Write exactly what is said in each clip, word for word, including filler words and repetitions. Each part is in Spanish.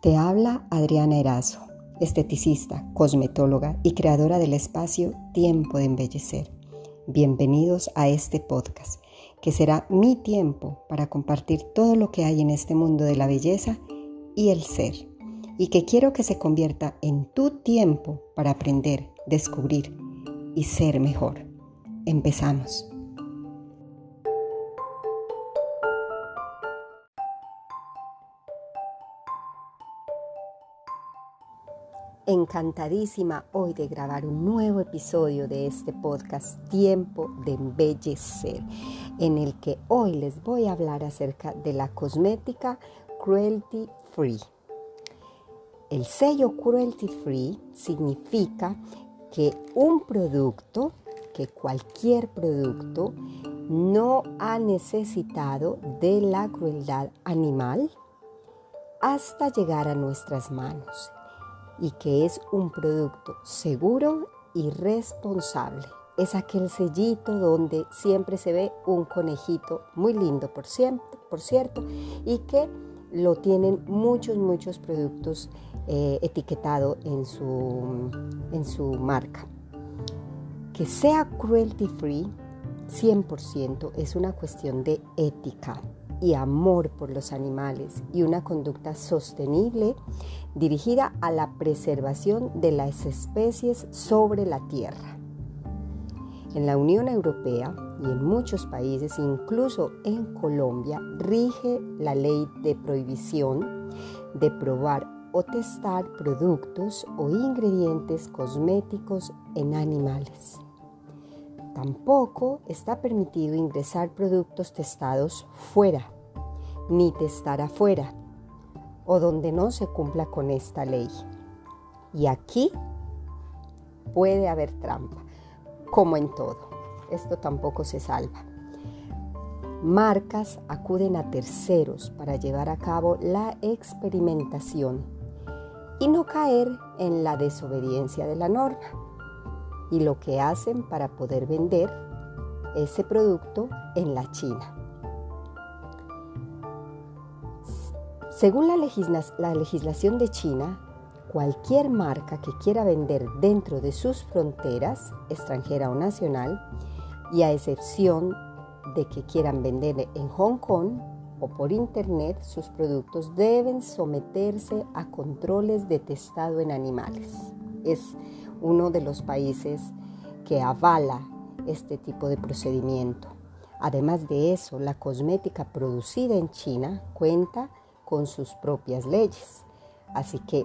Te habla Adriana Erazo, esteticista, cosmetóloga y creadora del espacio Tiempo de Embellecer. Bienvenidos a este podcast, que será mi tiempo para compartir todo lo que hay en este mundo de la belleza y el ser, y que quiero que se convierta en tu tiempo para aprender, descubrir y ser mejor. Empezamos. Encantadísima hoy de grabar un nuevo episodio de este podcast Tiempo de Embellecer, en el que hoy les voy a hablar acerca de la cosmética Cruelty Free. El sello Cruelty Free significa que un producto, que cualquier producto, no ha necesitado de la crueldad animal hasta llegar a nuestras manos, y que es un producto seguro y responsable. Es aquel sellito donde siempre se ve un conejito muy lindo, por cierto, por cierto y que lo tienen muchos, muchos productos eh, etiquetado en su, en su marca. Que sea cruelty free, cien por ciento, es una cuestión de ética y amor por los animales y una conducta sostenible dirigida a la preservación de las especies sobre la tierra. En la Unión Europea y en muchos países, incluso en Colombia, rige la ley de prohibición de probar o testar productos o ingredientes cosméticos en animales. Tampoco está permitido ingresar productos testados fuera, ni testar afuera, o donde no se cumpla con esta ley. Y aquí puede haber trampa, como en todo. Esto tampoco se salva. Marcas acuden a terceros para llevar a cabo la experimentación y no caer en la desobediencia de la norma. Y lo que hacen para poder vender ese producto en la China. Según la, legisla- la legislación de China, cualquier marca que quiera vender dentro de sus fronteras, extranjera o nacional, y a excepción de que quieran vender en Hong Kong o por internet, sus productos deben someterse a controles de testado en animales. Es uno de los países que avala este tipo de procedimiento. Además de eso, la cosmética producida en China cuenta con sus propias leyes, así que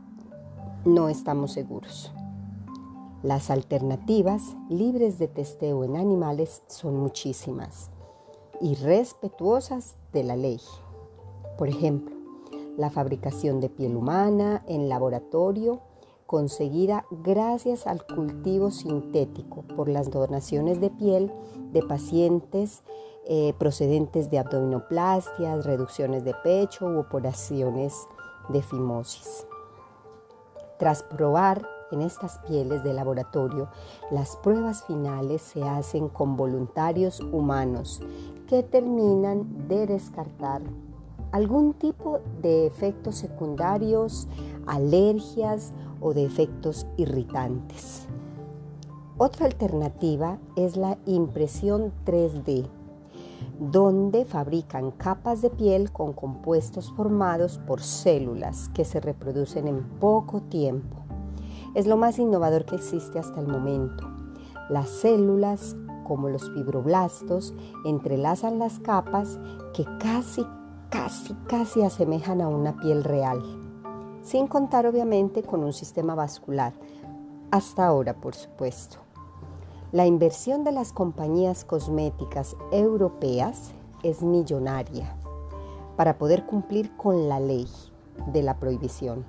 no estamos seguros. Las alternativas libres de testeo en animales son muchísimas y respetuosas de la ley. Por ejemplo, la fabricación de piel humana en laboratorio, conseguida gracias al cultivo sintético por las donaciones de piel de pacientes eh, procedentes de abdominoplastias, reducciones de pecho u operaciones de fimosis. Tras probar en estas pieles de laboratorio, las pruebas finales se hacen con voluntarios humanos que terminan de descartar algún tipo de efectos secundarios, alergias o de efectos irritantes. Otra alternativa es la impresión tres D, donde fabrican capas de piel con compuestos formados por células que se reproducen en poco tiempo. Es lo más innovador que existe hasta el momento. Las células, como los fibroblastos, entrelazan las capas que casi, casi, casi asemejan a una piel real, sin contar obviamente con un sistema vascular, hasta ahora por supuesto. La inversión de las compañías cosméticas europeas es millonaria para poder cumplir con la ley de la prohibición.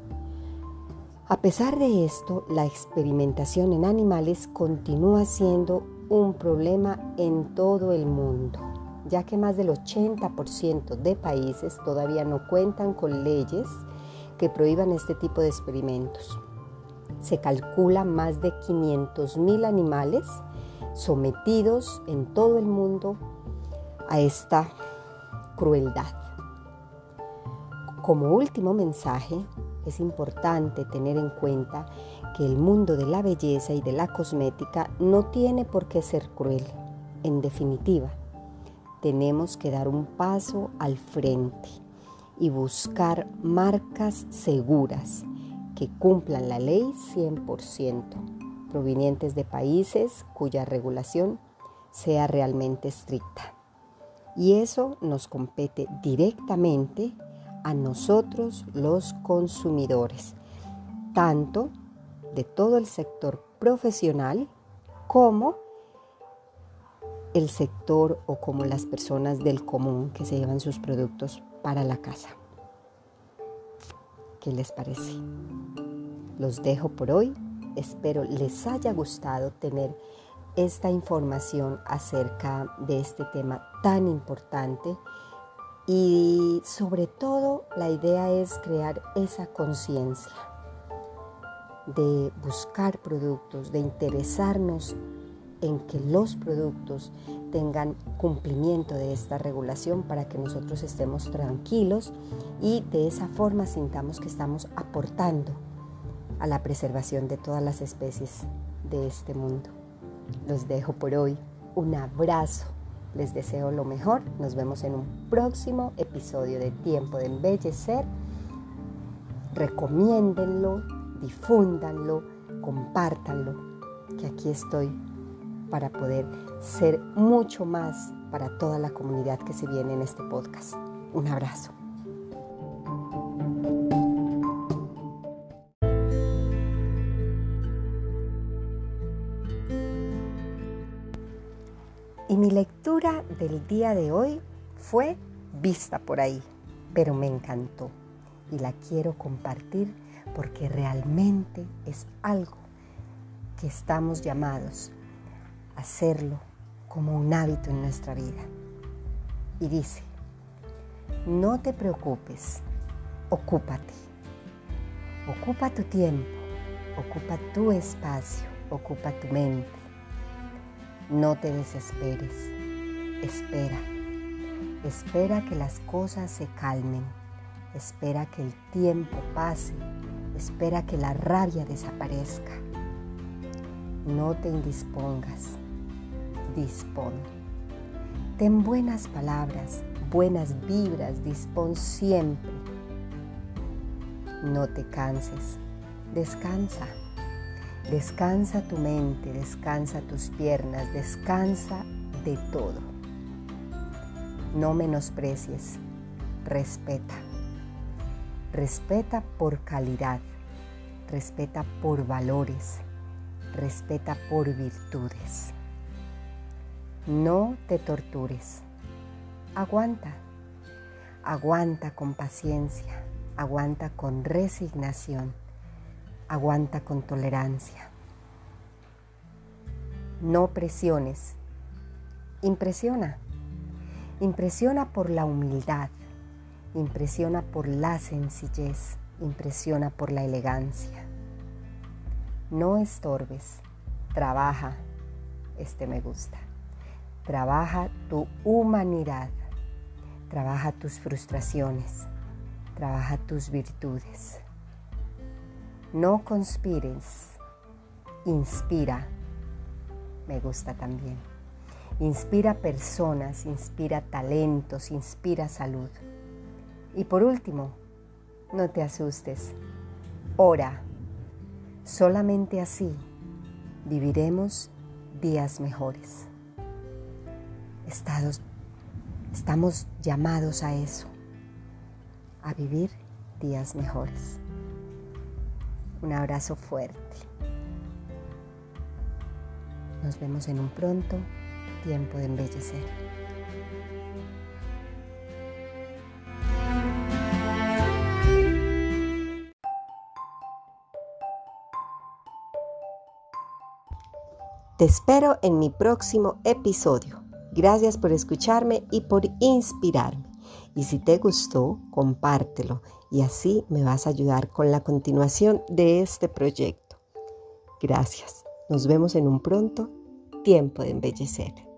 A pesar de esto, la experimentación en animales continúa siendo un problema en todo el mundo, ya que más del ochenta por ciento de países todavía no cuentan con leyes que prohíban este tipo de experimentos. Se calcula más de quinientos mil animales sometidos en todo el mundo a esta crueldad. Como último mensaje, es importante tener en cuenta que el mundo de la belleza y de la cosmética no tiene por qué ser cruel. En definitiva, tenemos que dar un paso al frente y buscar marcas seguras que cumplan la ley cien por ciento, provenientes de países cuya regulación sea realmente estricta. Y eso nos compete directamente a nosotros los consumidores, tanto de todo el sector profesional como el sector o como las personas del común que se llevan sus productos para la casa. ¿Qué les parece? Los dejo por hoy. Espero les haya gustado tener esta información acerca de este tema tan importante. Y sobre todo la idea es crear esa conciencia de buscar productos, de interesarnos en que los productos tengan cumplimiento de esta regulación para que nosotros estemos tranquilos y de esa forma sintamos que estamos aportando a la preservación de todas las especies de este mundo. Los dejo por hoy. Un abrazo. Les deseo lo mejor. Nos vemos en un próximo episodio de Tiempo de Embellecer. Recomiéndenlo, difúndanlo, compártanlo, que aquí estoy para poder ser mucho más para toda la comunidad que se viene en este podcast. Un abrazo. Y mi lectura del día de hoy fue vista por ahí, pero me encantó y la quiero compartir porque realmente es algo que estamos llamados a hacerlo como un hábito en nuestra vida. Y dice: no te preocupes, ocúpate. Ocupa tu tiempo, ocupa tu espacio, ocupa tu mente. No te desesperes, espera, espera que las cosas se calmen, espera que el tiempo pase, espera que la rabia desaparezca. No te indispongas, dispón. Ten buenas palabras, buenas vibras, dispón siempre. No te canses, descansa. Descansa tu mente, descansa tus piernas, descansa de todo. No menosprecies, respeta. Respeta por calidad, respeta por valores, respeta por virtudes. No te tortures, aguanta. Aguanta con paciencia, aguanta con resignación. Aguanta con tolerancia. No presiones, impresiona. Impresiona por la humildad, impresiona por la sencillez, impresiona por la elegancia. No estorbes, trabaja, este me gusta. Trabaja tu humanidad, trabaja tus frustraciones, trabaja tus virtudes. No conspires, inspira, me gusta también. Inspira personas, inspira talentos, inspira salud. Y por último, no te asustes, ora. Solamente así viviremos días mejores. Estados, estamos llamados a eso, a vivir días mejores. Un abrazo fuerte. Nos vemos en un pronto tiempo de embellecer. Te espero en mi próximo episodio. Gracias por escucharme y por inspirarme. Y si te gustó, compártelo y así me vas a ayudar con la continuación de este proyecto. Gracias. Nos vemos en un pronto tiempo de embellecer.